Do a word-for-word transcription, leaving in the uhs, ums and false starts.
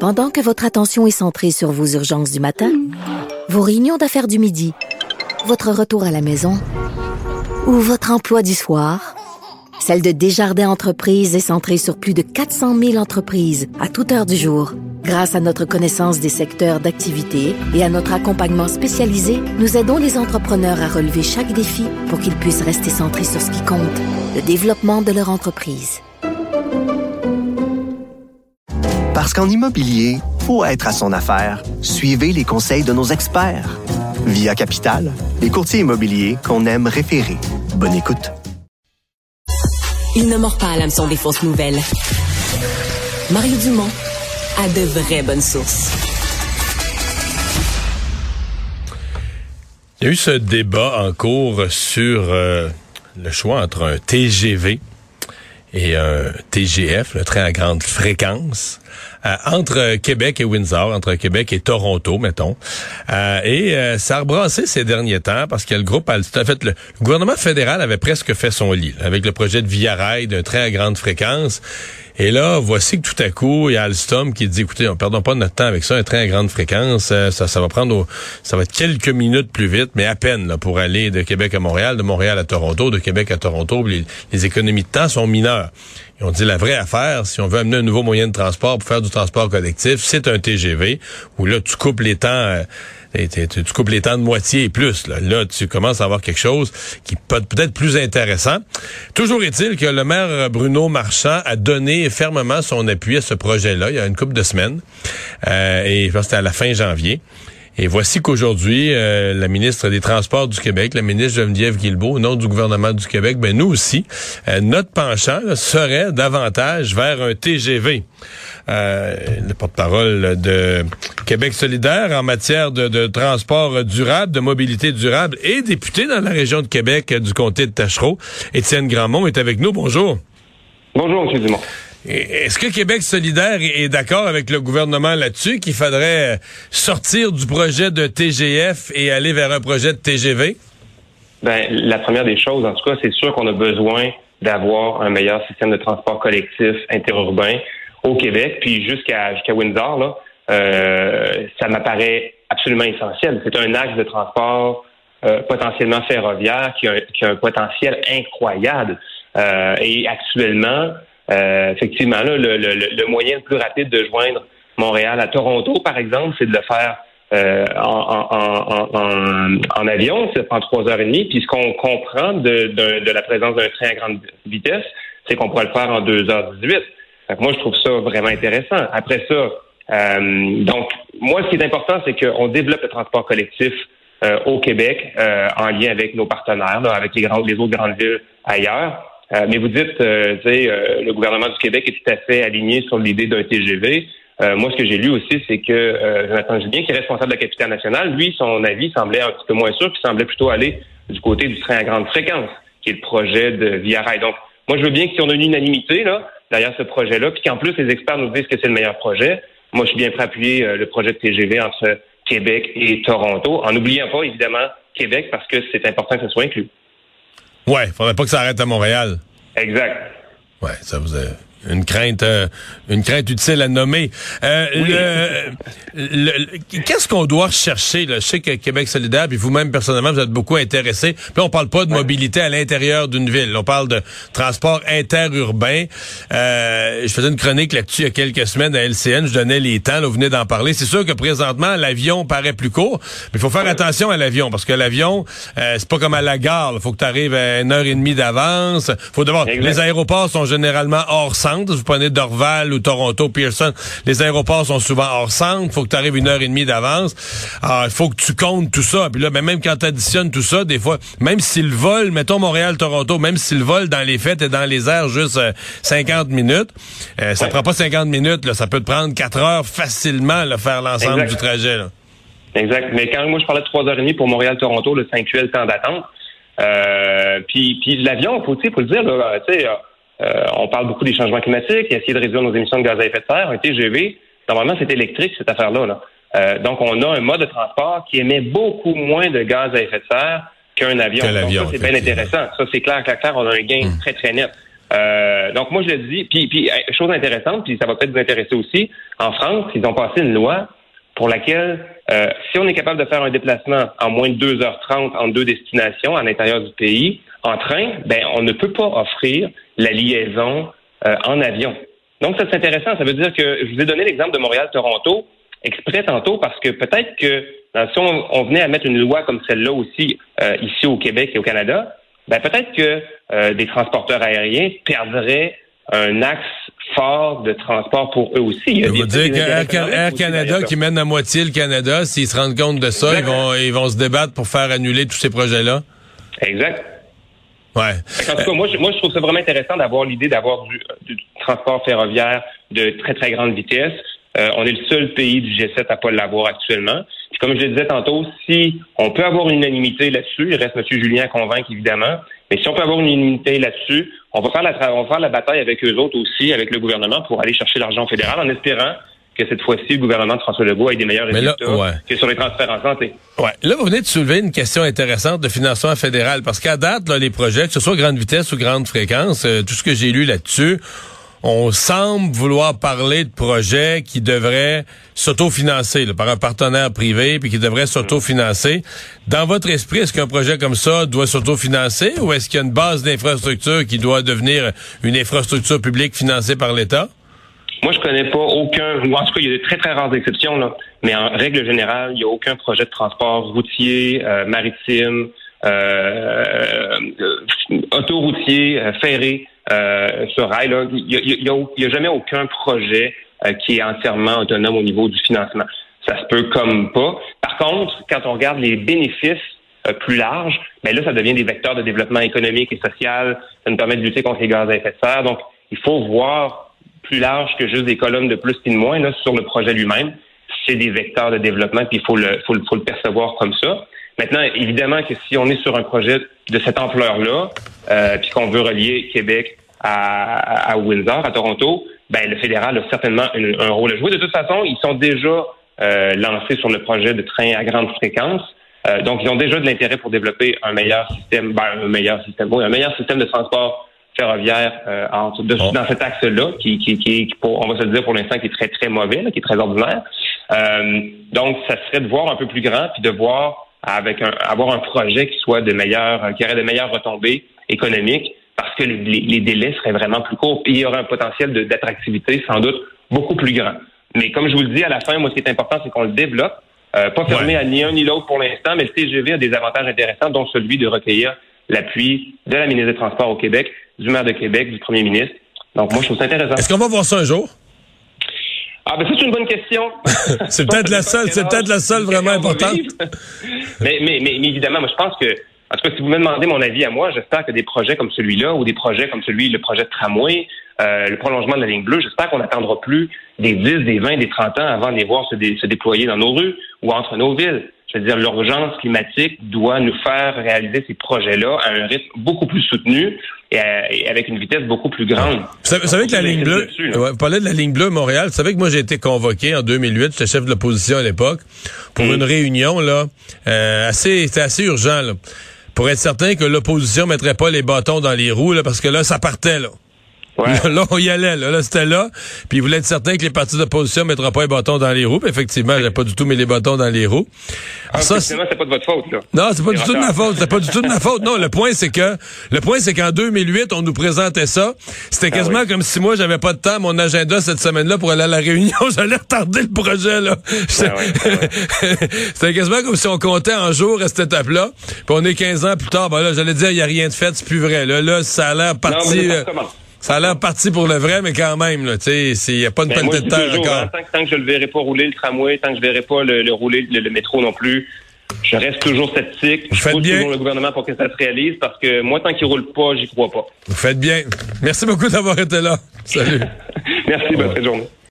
Pendant que votre attention est centrée sur vos urgences du matin, vos réunions d'affaires du midi, votre retour à la maison ou votre emploi du soir, celle de Desjardins Entreprises est centrée sur plus de quatre cent mille entreprises à toute heure du jour. Grâce à notre connaissance des secteurs d'activité et à notre accompagnement spécialisé, nous aidons les entrepreneurs à relever chaque défi pour qu'ils puissent rester centrés sur ce qui compte, le développement de leur entreprise. Parce qu'en immobilier, faut être à son affaire. Suivez les conseils de nos experts. Via Capital, les courtiers immobiliers qu'on aime référer. Bonne écoute. Il ne mord pas à l'hameçon des fausses nouvelles. Mario Dumont a de vraies bonnes sources. Il y a eu ce débat en cours sur euh, le choix entre un T G V et un T G F, le train à grande fréquence, euh, entre Québec et Windsor, entre Québec et Toronto, mettons. Euh, et euh, ça a rebrassé ces derniers temps parce que le groupe, en fait, le, le gouvernement fédéral avait presque fait son lit là, avec le projet de Via Rail, d'un train à grande fréquence. Et là, voici que tout à coup, il y a Alstom qui dit, écoutez, on perdons pas notre temps avec ça, un train à grande fréquence, euh, ça, ça va prendre, au, ça va être quelques minutes plus vite, mais à peine là, pour aller de Québec à Montréal, de Montréal à Toronto, de Québec à Toronto. Les, les économies de temps sont mineures. Ils ont dit la vraie affaire, si on veut amener un nouveau moyen de transport pour faire du transport collectif, c'est un T G V où là, tu coupes les temps. Euh, Et tu, tu coupes les temps de moitié et plus. Là, là tu commences à avoir quelque chose qui peut peut-être plus intéressant. Toujours est-il que le maire Bruno Marchand a donné fermement son appui à ce projet-là il y a une couple de semaines. Euh, et je pense que c'était à la fin janvier. Et voici qu'aujourd'hui, euh, la ministre des Transports du Québec, la ministre Geneviève Guilbeault, au nom du gouvernement du Québec, ben nous aussi, euh, notre penchant là, serait davantage vers un T G V. Euh, le porte-parole de Québec solidaire en matière de, de transport durable, de mobilité durable et député dans la région de Québec du comté de Tachereau, Étienne Grandmont est avec nous. Bonjour. Bonjour, M. Dumont. Est-ce que Québec solidaire est d'accord avec le gouvernement là-dessus qu'il faudrait sortir du projet de T G F et aller vers un projet de T G V? Ben, la première des choses, en tout cas, c'est sûr qu'on a besoin d'avoir un meilleur système de transport collectif interurbain au Québec, puis jusqu'à jusqu'à Windsor, là, euh, ça m'apparaît absolument essentiel. C'est un axe de transport euh, potentiellement ferroviaire qui a, qui a un potentiel incroyable. Euh, et actuellement, Euh, effectivement, là, le, le, le moyen le plus rapide de joindre Montréal à Toronto, par exemple, c'est de le faire euh, en, en, en, en, en avion, ça prend trois heures et demie. Puis ce qu'on comprend de, de, de la présence d'un train à grande vitesse, c'est qu'on pourrait le faire en deux heures dix-huit. Donc moi, je trouve ça vraiment intéressant. Après ça, euh, donc moi, ce qui est important, c'est qu'on développe le transport collectif euh, au Québec euh, en lien avec nos partenaires, là, avec les, grandes, les autres grandes villes ailleurs. Euh, mais vous dites, euh, tu sais, euh, le gouvernement du Québec est tout à fait aligné sur l'idée d'un T G V. Euh, moi, ce que j'ai lu aussi, c'est que euh, Jonathan Julien, qui est responsable de la capitale nationale, lui, son avis semblait un petit peu moins sûr, puis semblait plutôt aller du côté du train à grande fréquence, qui est le projet de Via Rail. Donc, moi, je veux bien que si on a une unanimité là derrière ce projet-là, puis qu'en plus les experts nous disent que c'est le meilleur projet, moi, je suis bien prêt à appuyer euh, le projet de T G V entre Québec et Toronto, en n'oubliant pas, évidemment, Québec, parce que c'est important que ce soit inclus. Ouais, faudrait pas que ça arrête à Montréal. Exact. Ouais, ça vous a une crainte, euh, une crainte utile à nommer. Euh, oui. le, le, le, qu'est-ce qu'on doit rechercher là? Je sais que Québec solidaire, puis vous-même personnellement, vous êtes beaucoup intéressé. Puis là, on parle pas de ouais. mobilité à l'intérieur d'une ville. On parle de transport interurbain. Euh, je faisais une chronique là-dessus il y a quelques semaines à L C N. Je donnais les temps. Là, vous venez d'en parler. C'est sûr que présentement, l'avion paraît plus court, mais il faut faire ouais. attention à l'avion parce que l'avion, euh, c'est pas comme à la gare. Il faut que tu arrives à une heure et demie d'avance. Faut devoir. Exact. Les aéroports sont généralement hors centre. Vous prenez Dorval ou Toronto, Pearson, les aéroports sont souvent hors centre. Il faut que tu arrives une heure et demie d'avance. Il faut que tu comptes tout ça. Puis là, ben, même quand tu additionnes tout ça, des fois, même si le vol, mettons Montréal-Toronto, même si le vol dans les fêtes est dans les airs juste euh, cinquante minutes, euh, ça ne ouais. prend pas cinquante minutes. Là, ça peut te prendre quatre heures facilement là, faire l'ensemble exact. du trajet. Là. Exact. Mais quand moi, je parlais de trois heures et demie pour Montréal-Toronto, le sanctuel temps d'attente. Euh, puis, puis l'avion, faut, faut le dire, là, tu sais... Euh, on parle beaucoup des changements climatiques, essayer de réduire nos émissions de gaz à effet de serre. Un T G V, normalement, c'est électrique, cette affaire-là. Là. Euh, donc, on a un mode de transport qui émet beaucoup moins de gaz à effet de serre qu'un avion. Que donc, ça, c'est bien intéressant. Ça, c'est clair, clair, clair. On a un gain mmh. très, très net. Euh, donc, moi, je le dis. Puis, puis, chose intéressante, puis ça va peut-être vous intéresser aussi, en France, ils ont passé une loi pour laquelle, euh, si on est capable de faire un déplacement en moins de deux heures trente entre deux destinations à l'intérieur du pays, en train, ben, on ne peut pas offrir la liaison euh, en avion. Donc, ça, c'est intéressant. Ça veut dire que, je vous ai donné l'exemple de Montréal-Toronto, exprès tantôt, parce que peut-être que, si on, on venait à mettre une loi comme celle-là aussi, euh, ici au Québec et au Canada, ben, peut-être que euh, des transporteurs aériens perdraient un axe fort de transport pour eux aussi. Il y a Je veux dire qu'Air Can- Air Canada qui mène à moitié le Canada, s'ils se rendent compte de ça, ils vont, ils vont se débattre pour faire annuler tous ces projets-là. Exact. Ouais. En tout cas, moi je, moi, je trouve ça vraiment intéressant d'avoir l'idée d'avoir du, du transport ferroviaire de très, très grande vitesse. Euh, on est le seul pays du G sept à pas l'avoir actuellement. Puis comme je le disais tantôt, si on peut avoir une unanimité là-dessus, il reste M. Julien à convaincre, évidemment, mais si on peut avoir une unanimité là-dessus, on va faire la, on va faire la bataille avec eux autres aussi, avec le gouvernement, pour aller chercher l'argent fédéral, en espérant que cette fois-ci, le gouvernement de François Legault ait des meilleurs résultats là, ouais. que sur les transferts en santé. Ouais. Là, vous venez de soulever une question intéressante de financement fédéral, parce qu'à date, là, les projets, que ce soit grande vitesse ou grande fréquence, euh, tout ce que j'ai lu là-dessus, on semble vouloir parler de projets qui devraient s'autofinancer là, par un partenaire privé, puis qui devraient s'autofinancer. Dans votre esprit, est-ce qu'un projet comme ça doit s'autofinancer, ou est-ce qu'il y a une base d'infrastructure qui doit devenir une infrastructure publique financée par l'État? Moi, je connais pas aucun, ou en tout cas, il y a de très, très rares exceptions, là. Mais en règle générale, il n'y a aucun projet de transport routier, euh, maritime, euh, euh, autoroutier, euh, ferré, euh, sur rail, là. Il y a, il y a, il y a jamais aucun projet euh, qui est entièrement autonome au niveau du financement. Ça se peut comme pas. Par contre, quand on regarde les bénéfices euh, plus larges, ben là, ça devient des vecteurs de développement économique et social. Ça nous permet de lutter contre les gaz à effet de serre. Donc, il faut voir plus large que juste des colonnes de plus et de moins là, sur le projet lui-même. C'est des vecteurs de développement, puis il faut le, faut le, faut le percevoir comme ça. Maintenant, évidemment que si on est sur un projet de cette ampleur-là, euh, puis qu'on veut relier Québec à, à Windsor, à Toronto, ben le fédéral a certainement une, un rôle à jouer. De toute façon, ils sont déjà euh, lancés sur le projet de train à grande fréquence. Euh, donc, ils ont déjà de l'intérêt pour développer un meilleur système, ben, un meilleur système, oui, un meilleur système de transport ferroviaire euh, entre, de, oh. dans cet axe-là, qui, qui, qui, qui pour, on va se le dire pour l'instant, qui est très, très mauvais, là, qui est très ordinaire. Euh, donc, ça serait de voir un peu plus grand, puis de voir avec un, avoir un projet qui soit de meilleures, qui aurait de meilleures retombées économiques, parce que les, les délais seraient vraiment plus courts, et il y aurait un potentiel de, d'attractivité sans doute beaucoup plus grand. Mais comme je vous le dis, à la fin, moi, ce qui est important, c'est qu'on le développe, euh, pas fermé ouais. à ni un ni l'autre pour l'instant, mais le T G V a des avantages intéressants, dont celui de recueillir l'appui de la ministre des Transports au Québec, du maire de Québec, du premier ministre. Donc, moi, je trouve ça intéressant. Est-ce qu'on va voir ça un jour? Ah, ben, c'est une bonne question. c'est peut-être la seule, c'est peut-être la seule vraiment importante. mais, mais, mais, mais évidemment, moi, je pense que, en tout cas, si vous me demandez mon avis à moi, j'espère que des projets comme celui-là, ou des projets comme celui, le projet de tramway, euh, le prolongement de la ligne bleue, j'espère qu'on n'attendra plus des dix, des vingt, des trente ans avant de les voir se, dé, se déployer dans nos rues ou entre nos villes. Je veux dire, l'urgence climatique doit nous faire réaliser ces projets-là à un rythme beaucoup plus soutenu et, à, et avec une vitesse beaucoup plus grande. Vous savez, vous savez que la ligne bleue, ouais, vous parlez de la ligne bleue Montréal, vous savez que moi j'ai été convoqué en deux mille huit, j'étais chef de l'opposition à l'époque, pour mmh. une réunion là, euh, assez, c'était assez urgent là, pour être certain que l'opposition mettrait pas les bâtons dans les roues là, parce que là ça partait là. Ouais. Là, là, on y allait, là, là c'était là. Puis il voulait être certain que les partis d'opposition ne mettraient pas les bâtons dans les roues. Puis effectivement, j'ai pas du tout mis les bâtons dans les roues. Alors, ah, ça, c'est pas de votre faute, là. Non, c'est pas du tout de ma faute. C'est pas du tout de ma faute. Non, le point, c'est que, le point, c'est qu'en deux mille huit, on nous présentait ça. C'était quasiment ah, oui. comme si moi, j'avais pas de temps, mon agenda cette semaine-là pour aller à la réunion. J'allais retarder le projet, là. Ah, oui, ah, oui. C'était quasiment comme si on comptait en jours à cette étape-là. Puis on est quinze ans plus tard. Ben là, j'allais dire, il y a rien de fait, c'est plus vrai. Là, là, ça a l'air parti. Non, Ça a l'air parti pour le vrai, mais quand même, là, tu sais, il n'y a pas une ben pelletée de terre toujours, encore. Hein, tant, que, tant que je le verrai pas rouler le tramway, tant que je verrai pas le, le rouler le, le métro non plus, je reste toujours sceptique. Vous je faites pousse bien. toujours le gouvernement pour que ça se réalise, parce que moi, tant qu'il roule pas, j'y crois pas. Vous faites bien. Merci beaucoup d'avoir été là. Salut. Merci, bonne fin de journée.